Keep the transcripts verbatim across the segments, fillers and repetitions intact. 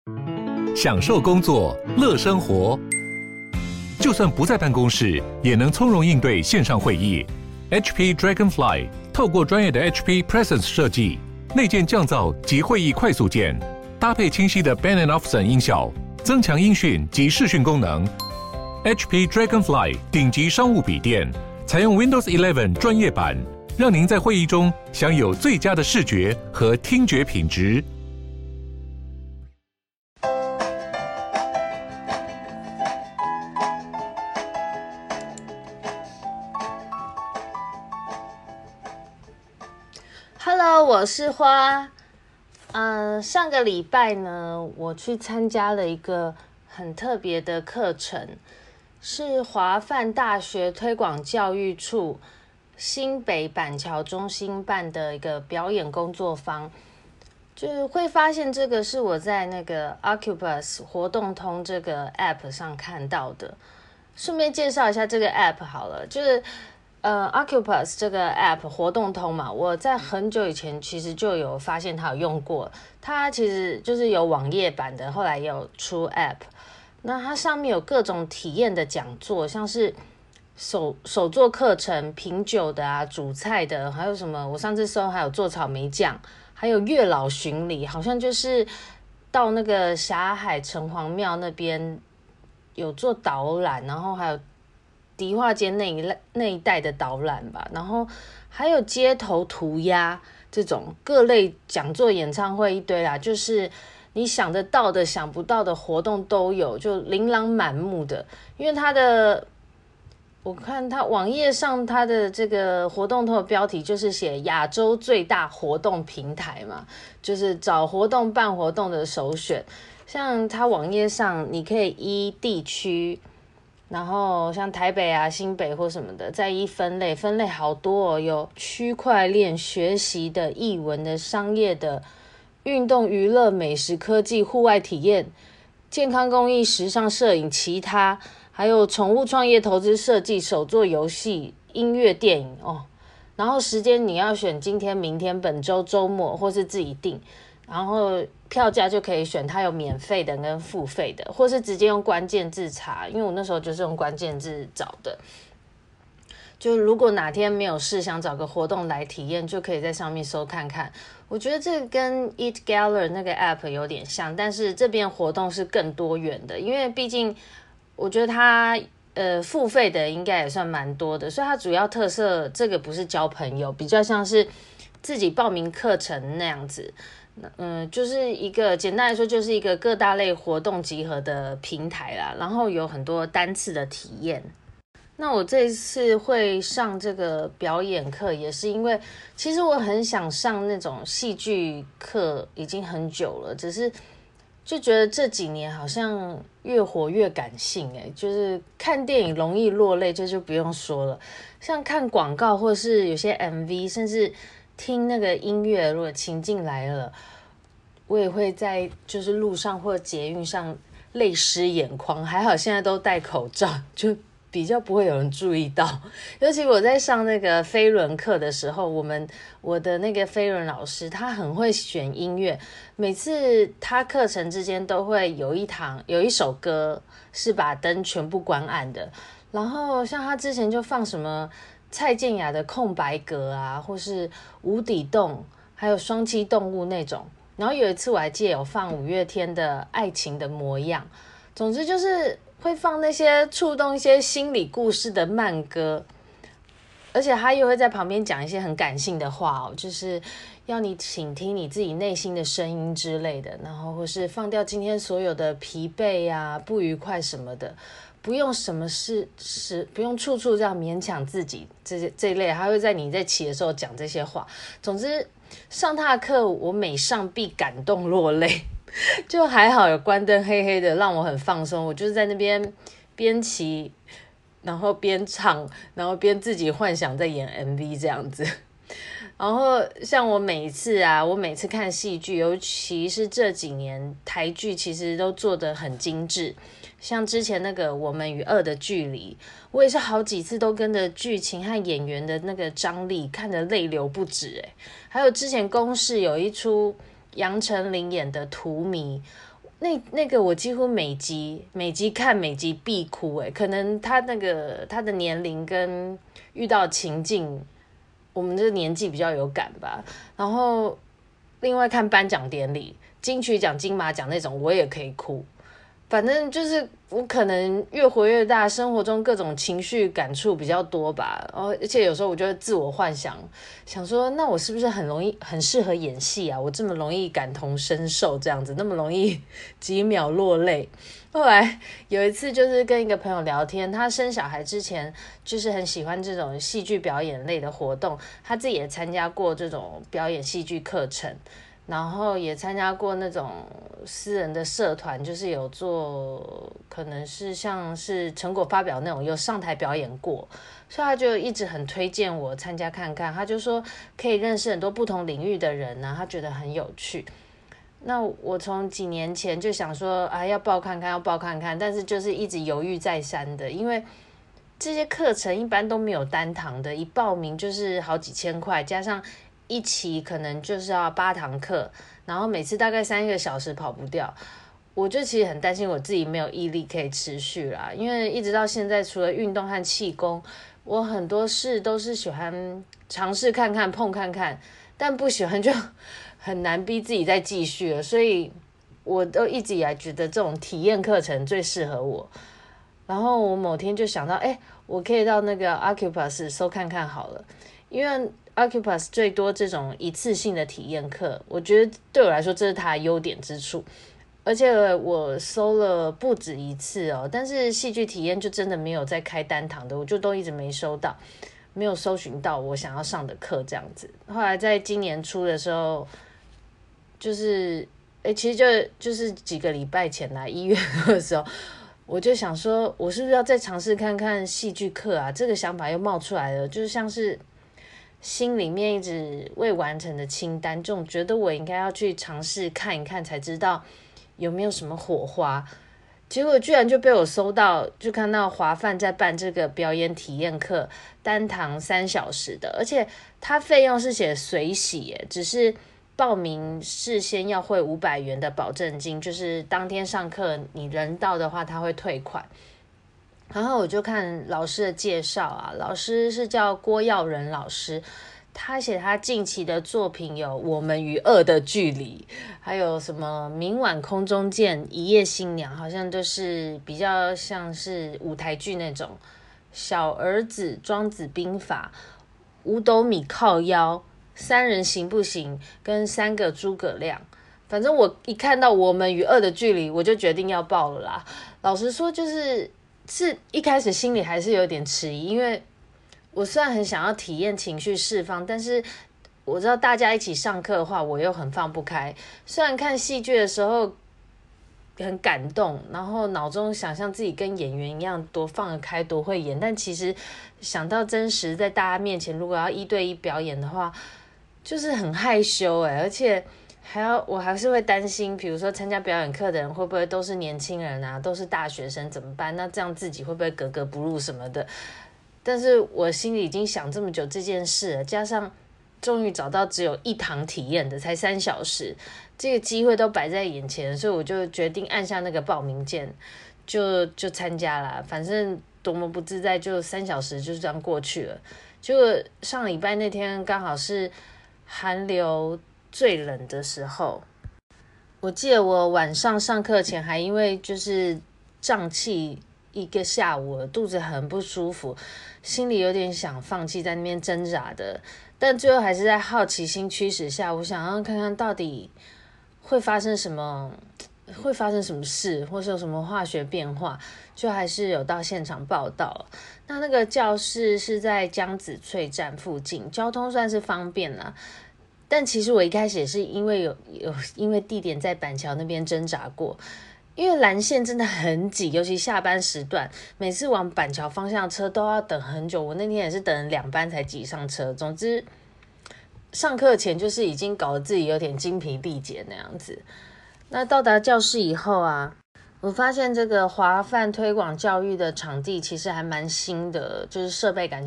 享受工作，乐生活。就算不在办公室，也能从容应对线上会议。H P Dragonfly 透过专业的 H P Presence 设计，内建降噪及会议快速键，搭配清晰的 Bang and Olufsen 音效，增强音讯及视讯功能。H P Dragonfly 顶级商务笔电，采用 Windows 十一专业版，让您在会议中享有最佳的视觉和听觉品质。 Hello， 我是花。呃，上个礼拜呢，我去参加了一个很特别的课程，是华梵大学推广教育处新北板桥中心办的一个表演工作坊。就是会发现这个是我在那个 Oculus 活动通这个 App 上看到的。顺便介绍一下这个 App 好了，就是呃 Oculus 这个 App 活动通嘛，我在很久以前其实就有发现它有用过。它其实就是有网页版的，后来也有出 App。那它上面有各种体验的讲座，像是手手作课程、品酒的啊、煮菜的，还有什么？我上次搜还有做草莓酱，还有月老巡礼，好像就是到那个霞海城隍庙那边有做导览，然后还有迪化街那一那一带的导览吧，然后还有街头涂鸦这种各类讲座、演唱会一堆啦，就是你想得到的、想不到的活动都有，就琳琅满目的。因为它的，我看它网页上它的这个活动通的标题就是写亚洲最大活动平台嘛，就是找活动办活动的首选。像它网页上，你可以依地区，然后像台北啊、新北或什么的，再依分类，分类好多哦，有区块链、学习的、艺文的、商业的、运动娱乐、美食、科技、户外体验、健康公益、时尚摄影、其他，还有宠物创业、投资设计、手作游戏、音乐、电影哦。然后时间你要选今天、明天、本周、周末，或是自己定。然后票价就可以选它有免费的跟付费的，或是直接用关键字查，因为我那时候就是用关键字找的。就如果哪天没有事想找个活动来体验，就可以在上面搜看看。我觉得这个跟 Eat Gather 那个 app 有点像，但是这边活动是更多元的，因为毕竟我觉得它呃付费的应该也算蛮多的，所以它主要特色这个不是交朋友，比较像是自己报名课程那样子。嗯，就是一个简单来说，就是一个各大类活动集合的平台啦，然后有很多单次的体验。那我这一次会上这个表演课，也是因为其实我很想上那种戏剧课，已经很久了，只是就觉得这几年好像越活越感性，欸，就是看电影容易落泪，这就不用说了。像看广告或是有些 M V， 甚至听那个音乐，如果情境来了，我也会在就是路上或捷运上泪湿眼眶。还好现在都戴口罩，就比较不会有人注意到。尤其我在上那个飞轮课的时候，我们我的那个飞轮老师他很会选音乐，每次他课程之间都会有一堂有一首歌是把灯全部关暗的，然后像他之前就放什么蔡健雅的空白格啊，或是无底洞，还有双栖动物那种。然后有一次我还记得有放五月天的爱情的模样。总之就是会放那些触动一些心理故事的慢歌，而且他又会在旁边讲一些很感性的话哦，就是要你倾听你自己内心的声音之类的，然后或是放掉今天所有的疲惫啊、不愉快什么的。不用什么事是不用处处这样勉强自己，这些这一类，他会在你在骑的时候讲这些话。总之，上他的课我每上必感动落泪，就还好有关灯黑黑的，让我很放松。我就是在那边边骑，然后边唱，然后边自己幻想在演 M V 这样子。然后像我每一次啊，我每次看戏剧，尤其是这几年台剧，其实都做得很精致。像之前那个《我们与恶的距离》，我也是好几次都跟着剧情和演员的那个张力看得泪流不止诶。还有之前公视有一出杨丞琳演的《荼蘼》， 那那个我几乎每集每集看每集必哭哎，可能他那个他的年龄跟遇到情境，我们这个年纪比较有感吧。然后另外看颁奖典礼，金曲奖、金马奖那种我也可以哭。反正就是我可能越活越大，生活中各种情绪感触比较多吧。然后而且有时候我就会自我幻想，想说那我是不是很容易很适合演戏啊？我这么容易感同身受，这样子那么容易几秒落泪。后来有一次就是跟一个朋友聊天，他生小孩之前就是很喜欢这种戏剧表演类的活动，他自己也参加过这种表演戏剧课程。然后也参加过那种私人的社团，就是有做可能是像是成果发表那种，有上台表演过，所以他就一直很推荐我参加看看。他就说可以认识很多不同领域的人啊，他觉得很有趣。那我从几年前就想说啊，要报看看，要报看看，但是就是一直犹豫再三的，因为这些课程一般都没有单堂的，一报名就是好几千块，加上一期可能就是要八堂课，然后每次大概三个小时跑不掉，我就其实很担心我自己没有毅力可以持续啦。因为一直到现在，除了运动和气功，我很多事都是喜欢尝试看看、碰看看，但不喜欢就很难逼自己再继续了。所以我都一直以来觉得这种体验课程最适合我。然后我某天就想到，哎，我可以到那个 Acupass 搜看看好了，因为Acupass 最多这种一次性的体验课，我觉得对我来说这是它的优点之处。而且我搜了不止一次哦，但是戏剧体验就真的没有在开单堂的，我就都一直没收到，没有搜寻到我想要上的课这样子。后来在今年初的时候，就是诶其实就就是几个礼拜前啦，一月的时候，我就想说，我是不是要再尝试看看戏剧课啊？这个想法又冒出来了，就是像是心里面一直未完成的清单，这种觉得我应该要去尝试看一看，才知道有没有什么火花。结果居然就被我搜到，就看到华范在办这个表演体验课，单堂三小时的，而且它费用是写随喜耶，只是报名事先要汇五百元的保证金，就是当天上课你人到的话，他会退款。然后我就看老师的介绍啊，老师是叫郭耀仁老师，他写他近期的作品有《我们与恶的距离》，还有什么《明晚空中见》《一夜新娘》，好像都是比较像是舞台剧那种。小儿子庄子兵法、五斗米靠腰、三人行不行，跟三个诸葛亮。反正我一看到《我们与恶的距离》，我就决定要报了啦。老实说，就是是一开始心里还是有点迟疑，因为我虽然很想要体验情绪释放，但是我知道大家一起上课的话，我又很放不开。虽然看戏剧的时候很感动，然后脑中想象自己跟演员一样多放得开多会演，但其实想到真实在大家面前如果要一对一表演的话，就是很害羞哎，而且还要我还是会担心，比如说参加表演课的人会不会都是年轻人啊，都是大学生怎么办？那这样自己会不会格格不入什么的？但是我心里已经想这么久这件事了，加上终于找到只有一堂体验的，才三小时，这个机会都摆在眼前，所以我就决定按下那个报名键，就就参加了。反正多么不自在，就三小时就这样过去了。结果上礼拜那天刚好是寒流最冷的时候，我记得我晚上上课前还因为就是胀气一个下午，肚子很不舒服，心里有点想放弃，在那边挣扎的，但最后还是在好奇心驱使下，我想要看看到底会发生什么，会发生什么事，或是有什么化学变化，就还是有到现场报道。那那个教室是在江子翠站附近，交通算是方便啦。但其实我一开始也是因为有有因为地点在板桥那边挣扎过，因为蓝线真的很挤，尤其下班时段，每次往板桥方向车都要等很久。我那天也是等了两班才挤上车。总之，上课前就是已经搞得自己有点精疲力竭那样子。那到达教室以后啊，我发现这个华范推广教育的场地其实还蛮新的，就是设备感觉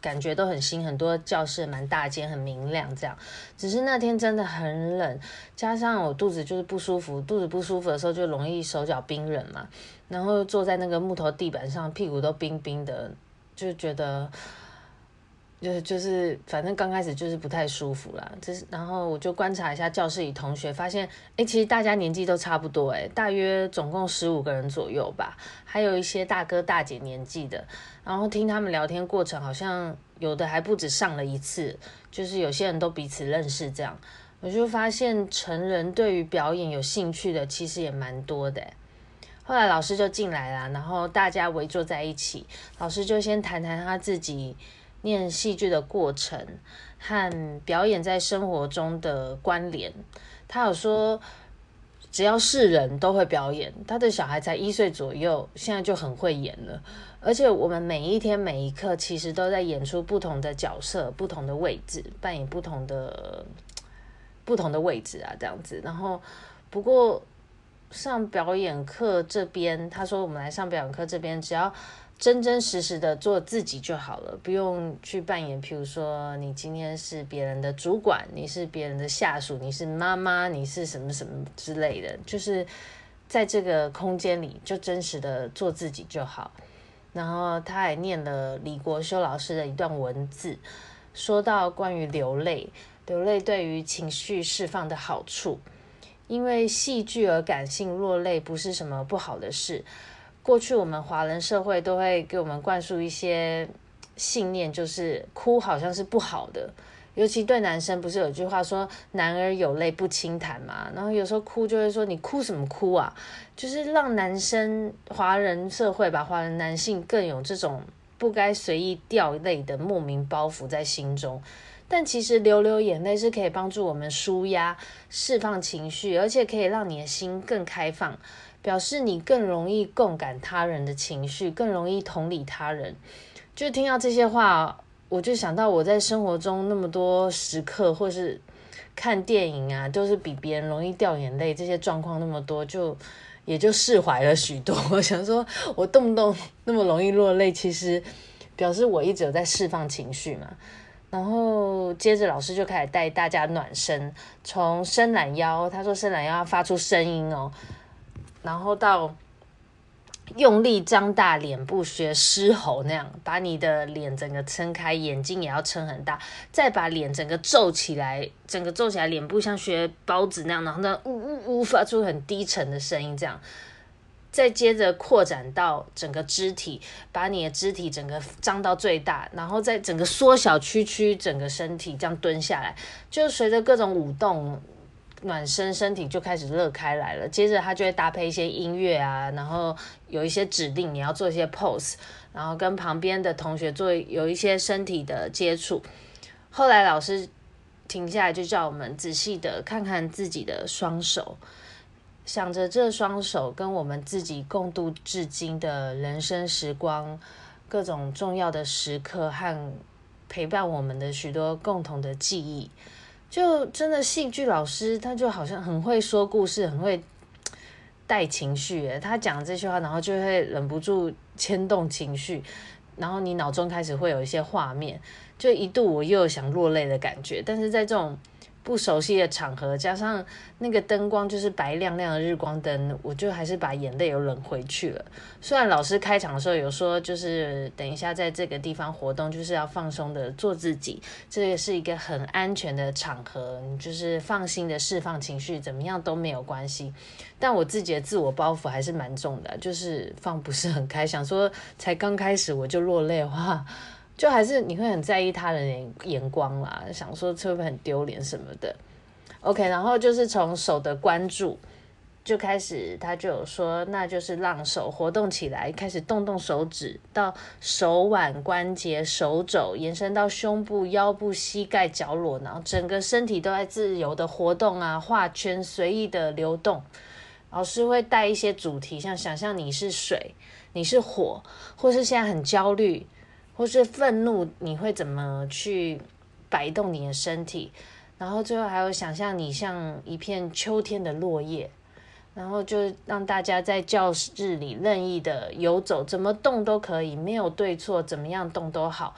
感觉都很新，很多教室蛮大间，很明亮这样。只是那天真的很冷，加上我肚子就是不舒服，肚子不舒服的时候就容易手脚冰冷嘛，然后坐在那个木头地板上，屁股都冰冰的，就觉得。就就是反正刚开始就是不太舒服啦，就是然后我就观察一下教室里同学，发现哎，其实大家年纪都差不多，哎，大约总共十五个人左右吧，还有一些大哥大姐年纪的，然后听他们聊天过程，好像有的还不止上了一次，就是有些人都彼此认识这样，我就发现成人对于表演有兴趣的其实也蛮多的。后来老师就进来啦，然后大家围坐在一起，老师就先谈谈他自己念戏剧的过程和表演在生活中的关联。他有说，只要是人都会表演，他的小孩才一岁左右，现在就很会演了。而且我们每一天每一刻其实都在演出不同的角色、不同的位置，扮演不同的不同的位置啊，这样子。然后不过上表演课这边，他说我们来上表演课这边，只要真真实实的做自己就好了，不用去扮演，譬如说你今天是别人的主管，你是别人的下属，你是妈妈，你是什么什么之类的，就是在这个空间里就真实的做自己就好。然后他还念了李国修老师的一段文字，说到关于流泪，流泪对于情绪释放的好处，因为戏剧而感性落泪不是什么不好的事。过去我们华人社会都会给我们灌输一些信念，就是哭好像是不好的，尤其对男生，不是有句话说男儿有泪不轻弹嘛，然后有时候哭就会说你哭什么哭啊，就是让男生华人社会吧，华人男性更有这种不该随意掉泪的莫名包袱在心中。但其实流流眼泪是可以帮助我们抒压释放情绪，而且可以让你的心更开放，表示你更容易共感他人的情绪，更容易同理他人。就听到这些话，我就想到我在生活中那么多时刻，或是看电影啊，都是比别人容易掉眼泪，这些状况那么多，就也就释怀了许多。我想说我动不动那么容易落泪，其实表示我一直有在释放情绪嘛。然后接着老师就开始带大家暖身，从伸懒腰，他说伸懒腰要发出声音哦，然后到用力张大脸部，学狮吼那样，把你的脸整个撑开，眼睛也要撑很大，再把脸整个皱起来，整个皱起来，脸部像学包子那样，然后呢呜呜呜发出很低沉的声音这样。再接着扩展到整个肢体，把你的肢体整个张到最大，然后再整个缩小屈曲整个身体，这样蹲下来，就随着各种舞动暖身，身体就开始热开来了。接着他就会搭配一些音乐啊，然后有一些指令，你要做一些 pose， 然后跟旁边的同学做有一些身体的接触。后来老师停下来就叫我们仔细的看看自己的双手，想着这双手跟我们自己共度至今的人生时光，各种重要的时刻和陪伴我们的许多共同的记忆。就真的戏剧老师他就好像很会说故事，很会带情绪耶，他讲这句话然后就会忍不住牵动情绪，然后你脑中开始会有一些画面，就一度我又有想落泪的感觉。但是在这种不熟悉的场合，加上那个灯光就是白亮亮的日光灯，我就还是把眼泪又忍回去了。虽然老师开场的时候有说，就是等一下在这个地方活动就是要放松的做自己，这也是一个很安全的场合，你就是放心的释放情绪，怎么样都没有关系。但我自己的自我包袱还是蛮重的，就是放不是很开，想说才刚开始我就落泪的话，就还是你会很在意他人的眼光啦，想说会不会很丢脸什么的。 OK， 然后就是从手的关注就开始，他就有说那就是让手活动起来，开始动动手指到手腕关节手肘，延伸到胸部腰部膝盖角落，然后整个身体都在自由的活动啊，画圈随意的流动。老师会带一些主题，像想象你是水，你是火，或是现在很焦虑或是愤怒，你会怎么去摆动你的身体。然后最后还有想象你像一片秋天的落叶，然后就让大家在教室里任意的游走，怎么动都可以，没有对错，怎么样动都好。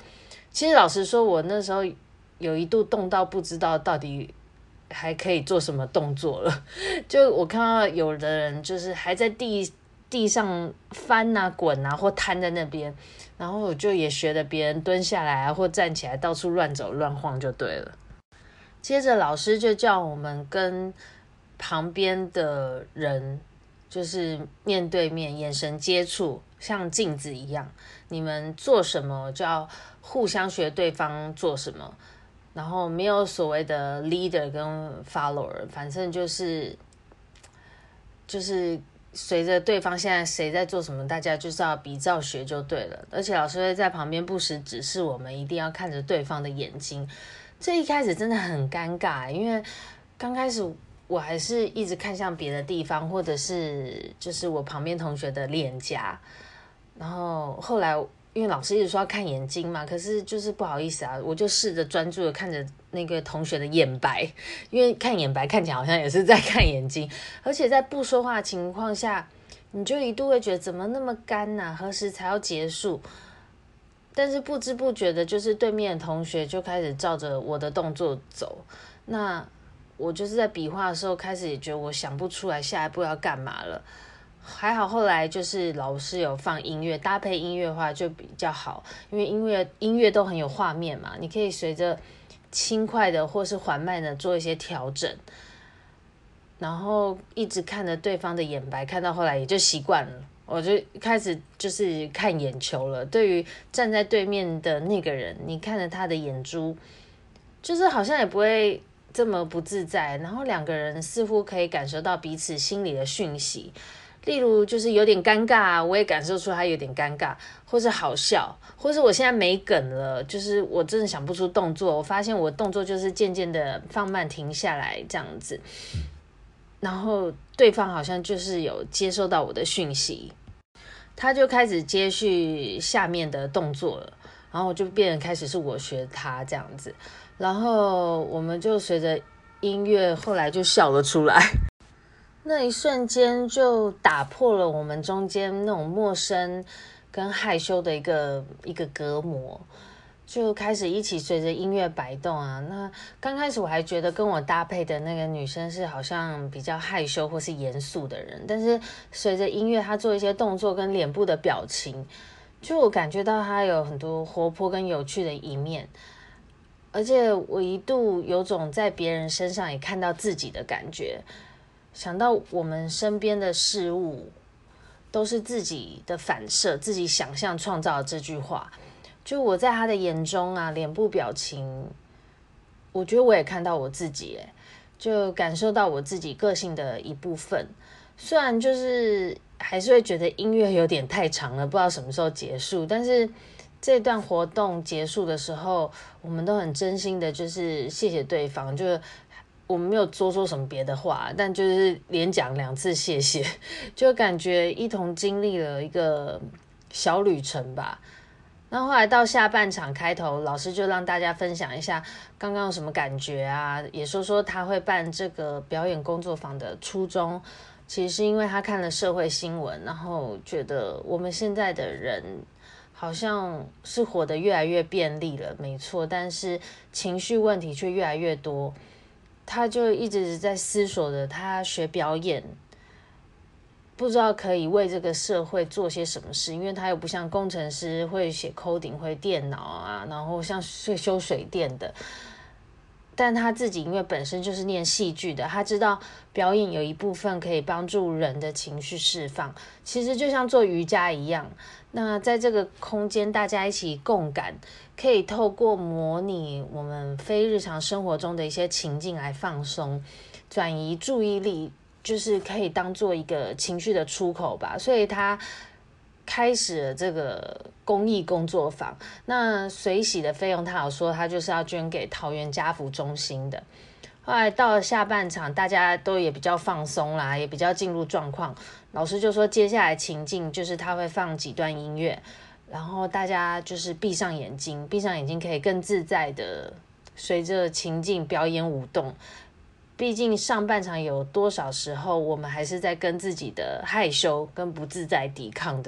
其实老实说，我那时候有一度动到不知道到底还可以做什么动作了。就我看到有的人就是还在地地上翻啊、滚啊，或瘫在那边，然后我就也学着别人蹲下来啊，或站起来到处乱走乱晃就对了。接着老师就叫我们跟旁边的人就是面对面眼神接触，像镜子一样，你们做什么就要互相学对方做什么，然后没有所谓的 leader 跟 follower， 反正就是就是随着对方现在谁在做什么，大家就是要比照学就对了。而且老师会在旁边不时指示我们一定要看着对方的眼睛。这一开始真的很尴尬，因为刚开始我还是一直看向别的地方，或者是就是我旁边同学的脸颊。然后后来因为老师一直说要看眼睛嘛，可是就是不好意思啊，我就试着专注的看着那个同学的眼白，因为看眼白看起来好像也是在看眼睛，而且在不说话的情况下，你就一度会觉得怎么那么干啊，何时才要结束？但是不知不觉的，就是对面的同学就开始照着我的动作走。那我就是在比划的时候，开始也觉得我想不出来下一步要干嘛了。还好后来就是老师有放音乐，搭配音乐的话就比较好，因为音乐音乐都很有画面嘛，你可以随着轻快的或是缓慢的做一些调整。然后一直看着对方的眼白，看到后来也就习惯了。我就开始就是看眼球了。对于站在对面的那个人，你看着他的眼珠，就是好像也不会这么不自在。然后两个人似乎可以感受到彼此心里的讯息，例如就是有点尴尬，我也感受出他有点尴尬，或是好笑，或是我现在没梗了，就是我真的想不出动作。我发现我动作就是渐渐的放慢停下来这样子。然后对方好像就是有接收到我的讯息，他就开始接续下面的动作了，然后就变成开始是我学他这样子，然后我们就随着音乐后来就笑了出来。那一瞬间就打破了我们中间那种陌生跟害羞的一个一个隔膜，就开始一起随着音乐摆动啊。那刚开始我还觉得跟我搭配的那个女生是好像比较害羞或是严肃的人，但是随着音乐她做一些动作跟脸部的表情，就我感觉到她有很多活泼跟有趣的一面，而且我一度有种在别人身上也看到自己的感觉，想到我们身边的事物都是自己的反射，自己想象创造的这句话。就我在他的眼中啊，脸部表情，我觉得我也看到我自己，哎，就感受到我自己个性的一部分。虽然就是还是会觉得音乐有点太长了，不知道什么时候结束，但是这段活动结束的时候，我们都很真心的，就是谢谢对方，就是我们没有多说什么别的话，但就是连讲两次谢谢，就感觉一同经历了一个小旅程吧。那后来到下半场开头，老师就让大家分享一下刚刚有什么感觉啊，也说说他会办这个表演工作坊的初衷，其实是因为他看了社会新闻，然后觉得我们现在的人好像是活得越来越便利了，没错，但是情绪问题却越来越多。他就一直在思索着，他学表演不知道可以为这个社会做些什么事，因为他又不像工程师会写 coding 会电脑啊，然后像会修水电的，但他自己因为本身就是念戏剧的，他知道表演有一部分可以帮助人的情绪释放，其实就像做瑜伽一样。那在这个空间大家一起共感，可以透过模拟我们非日常生活中的一些情境来放松，转移注意力，就是可以当做一个情绪的出口吧。所以他开始了这个公益工作坊，那随喜的费用他有说他就是要捐给桃园家福中心的。后来到了下半场，大家都也比较放松啦，也比较进入状况，老师就说接下来情境就是他会放几段音乐，然后大家就是闭上眼睛，闭上眼睛可以更自在的随着情境表演舞动。毕竟上半场有多少时候我们还是在跟自己的害羞跟不自在抵抗的，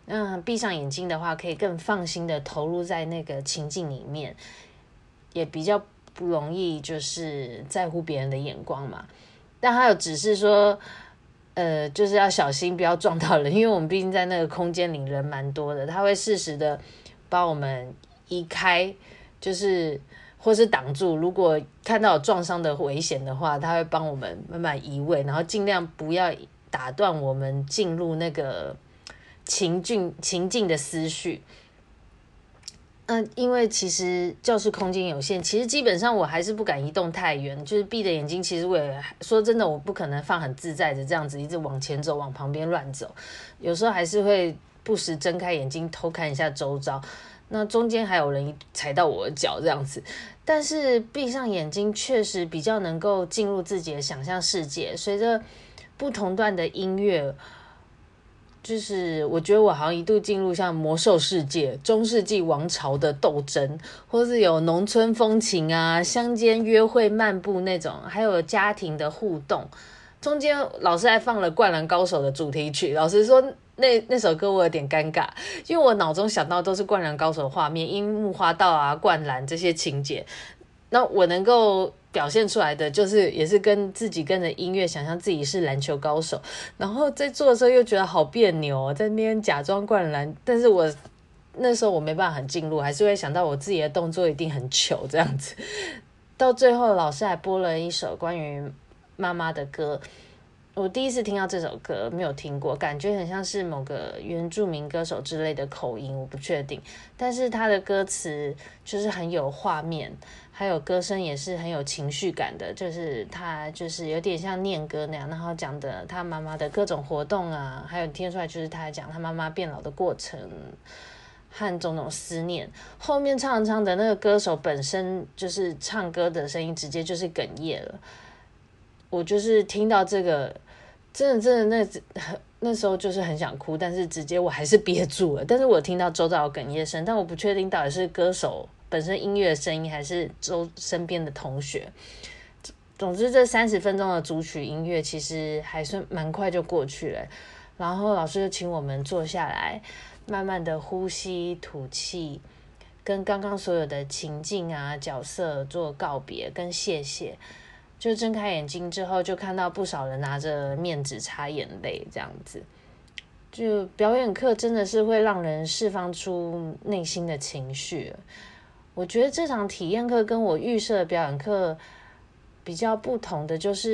那闭上眼睛的话，可以更放心的投入在那个情境里面，也比较不容易就是在乎别人的眼光嘛。但他有指示说，呃，就是要小心不要撞到人，因为我们毕竟在那个空间里人蛮多的，他会适时的把我们移开，就是或是挡住。如果看到有撞伤的危险的话，他会帮我们慢慢移位，然后尽量不要打断我们进入那个情境情境的思绪。嗯，因为其实教室空间有限，其实基本上我还是不敢移动太远，就是闭着眼睛。其实我也说真的，我不可能放很自在的这样子一直往前走，往旁边乱走。有时候还是会不时睁开眼睛偷看一下周遭，那中间还有人踩到我的脚这样子。但是闭上眼睛确实比较能够进入自己的想象世界，随着不同段的音乐。就是我觉得我好像一度进入像魔兽世界、中世纪王朝的斗争，或是有农村风情啊、乡间约会漫步那种，还有家庭的互动。中间老师还放了《灌篮高手》的主题曲，老实说那那首歌我有点尴尬，因为我脑中想到都是《灌篮高手》的画面，樱木花道啊、灌篮这些情节，那我能够表现出来的就是也是跟自己跟着音乐想象自己是篮球高手，然后在做的时候又觉得好别扭哦，在那边假装灌篮，但是我那时候我没办法很进入，还是会想到我自己的动作一定很糗这样子。到最后老师还播了一首关于妈妈的歌，我第一次听到这首歌，没有听过，感觉很像是某个原住民歌手之类的口音，我不确定。但是他的歌词就是很有画面，还有歌声也是很有情绪感的，就是他就是有点像念歌那样，然后讲的他妈妈的各种活动啊，还有听出来就是他讲他妈妈变老的过程和种种思念。后面唱唱的那个歌手本身就是唱歌的声音直接就是哽咽了。我就是听到这个，真的真的那那时候就是很想哭，但是直接我还是憋住了。但是我听到周遭有哽咽声，但我不确定到底是歌手本身音乐的声音，还是周身边的同学。总之，这三十分钟的主曲音乐其实还算蛮快就过去了。然后老师就请我们坐下来，慢慢的呼吸吐气，跟刚刚所有的情境啊角色做告别跟谢谢。就睁开眼睛之后，就看到不少人拿着面纸擦眼泪，这样子。就表演课真的是会让人释放出内心的情绪。我觉得这场体验课跟我预设的表演课比较不同的就是，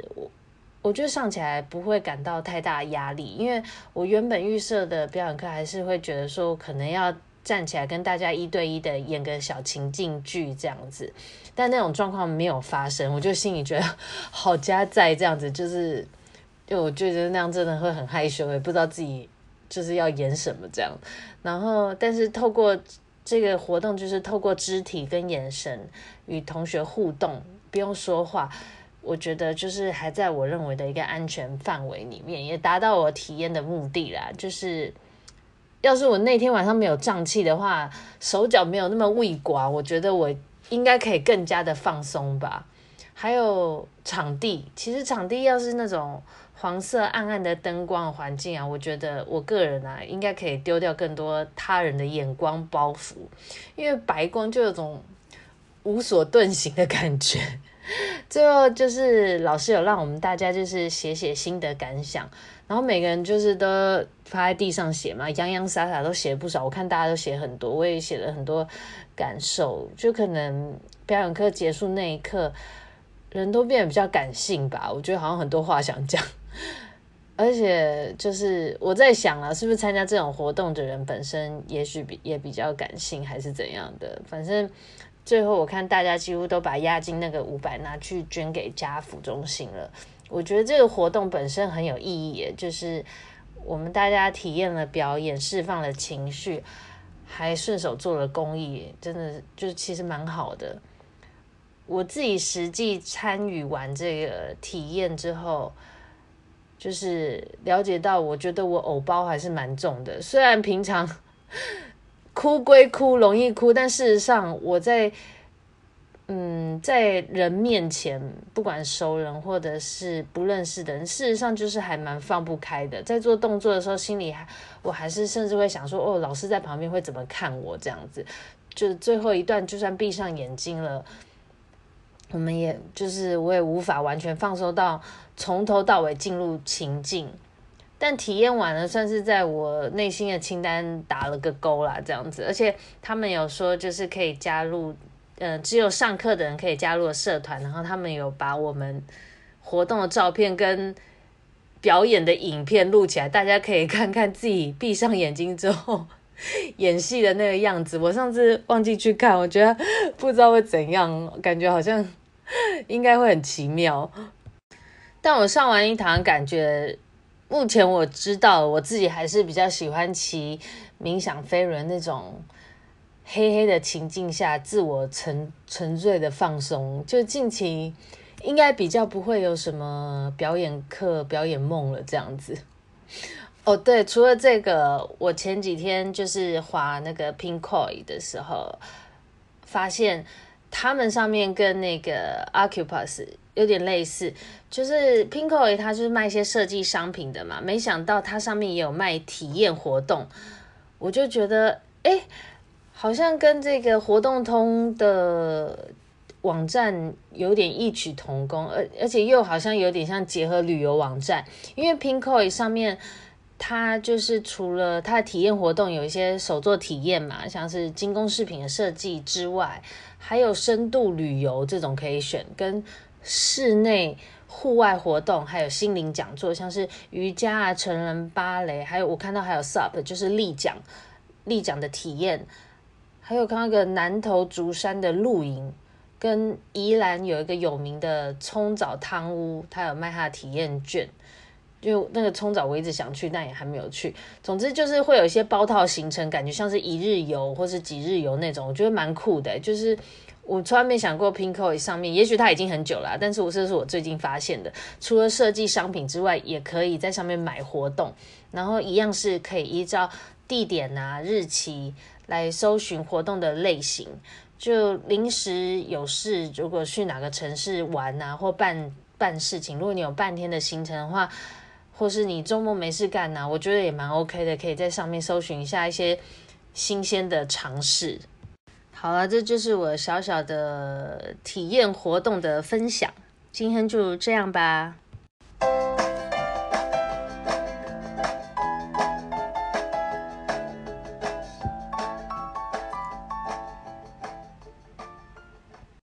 我我觉得上起来不会感到太大压力，因为我原本预设的表演课还是会觉得说可能要站起来跟大家一对一的演个小情境剧这样子，但那种状况没有发生，我就心里觉得好加在这样子，就是因为我觉得那样真的会很害羞，也不知道自己就是要演什么这样。然后但是透过这个活动，就是透过肢体跟眼神与同学互动，不用说话，我觉得就是还在我认为的一个安全范围里面，也达到我体验的目的啦。就是要是我那天晚上没有胀气的话，手脚没有那么畏寡，我觉得我应该可以更加的放松吧。还有场地，其实场地要是那种黄色暗暗的灯光的环境啊，我觉得我个人啊应该可以丢掉更多他人的眼光包袱，因为白光就有种无所遁形的感觉。最后就是老师有让我们大家就是写写心得感想，然后每个人就是都趴在地上写嘛，洋洋洒洒都写不少，我看大家都写很多，我也写了很多感受。就可能表演课结束那一刻，人都变得比较感性吧，我觉得好像很多话想讲。而且就是我在想啊，是不是参加这种活动的人本身也许也比较感性，还是怎样的？反正最后我看大家几乎都把押金那个五百拿去捐给家扶中心了。我觉得这个活动本身很有意义耶，就是我们大家体验了表演，释放了情绪，还顺手做了公益，真的就其实蛮好的。我自己实际参与完这个体验之后，就是了解到，我觉得我偶包还是蛮重的。虽然平常哭归哭，容易哭，但事实上我在嗯，在人面前，不管熟人或者是不认识的人，事实上就是还蛮放不开的。在做动作的时候，心里还我还是甚至会想说，哦，老师在旁边会怎么看我这样子。就最后一段，就算闭上眼睛了，我们也就是我也无法完全放松到从头到尾进入情境。但体验完了，算是在我内心的清单打了个勾啦，这样子。而且他们有说，就是可以加入，呃，只有上课的人可以加入的社团，然后他们有把我们活动的照片跟表演的影片录起来，大家可以看看自己闭上眼睛之后演戏的那个样子。我上次忘记去看，我觉得不知道会怎样，感觉好像应该会很奇妙。但我上完一堂，感觉目前我知道我自己还是比较喜欢骑冥想飞轮那种黑黑的情境下自我沉沉醉的放松，就近期应该比较不会有什么表演课表演梦了这样子。哦对，除了这个，我前几天就是滑那个 Pinkoi 的时候发现他们上面跟那个 Oculus 有点类似，就是 Pinkoi 它就是卖一些设计商品的嘛，没想到它上面也有卖体验活动，我就觉得哎，好像跟这个活动通的网站有点异曲同工，而而且又好像有点像结合旅游网站，因为 Pinkoi 上面它就是除了它的体验活动有一些手作体验嘛，像是精工饰品的设计之外，还有深度旅游这种可以选，跟室内户外活动，还有心灵讲座，像是瑜伽啊、成人芭蕾，还有我看到还有 S U P 就是立桨立桨的体验，还有看到一个南投竹山的露营，跟宜兰有一个有名的葱枣汤屋，它有卖它的体验券。就那个葱枣我一直想去，但也还没有去。总之就是会有一些包套行程，感觉像是一日游或是几日游那种，我觉得蛮酷的。就是我从来没想过 Pinkoi 上面，也许它已经很久了，但是我这是我最近发现的。除了设计商品之外，也可以在上面买活动，然后一样是可以依照地点啊、日期来搜寻活动的类型。就临时有事，如果去哪个城市玩啊，或办办事情，如果你有半天的行程的话，或是你周末没事干啊，我觉得也蛮 OK 的，可以在上面搜寻一下一些新鲜的尝试。好了，这就是我小小的体验活动的分享，今天就这样吧。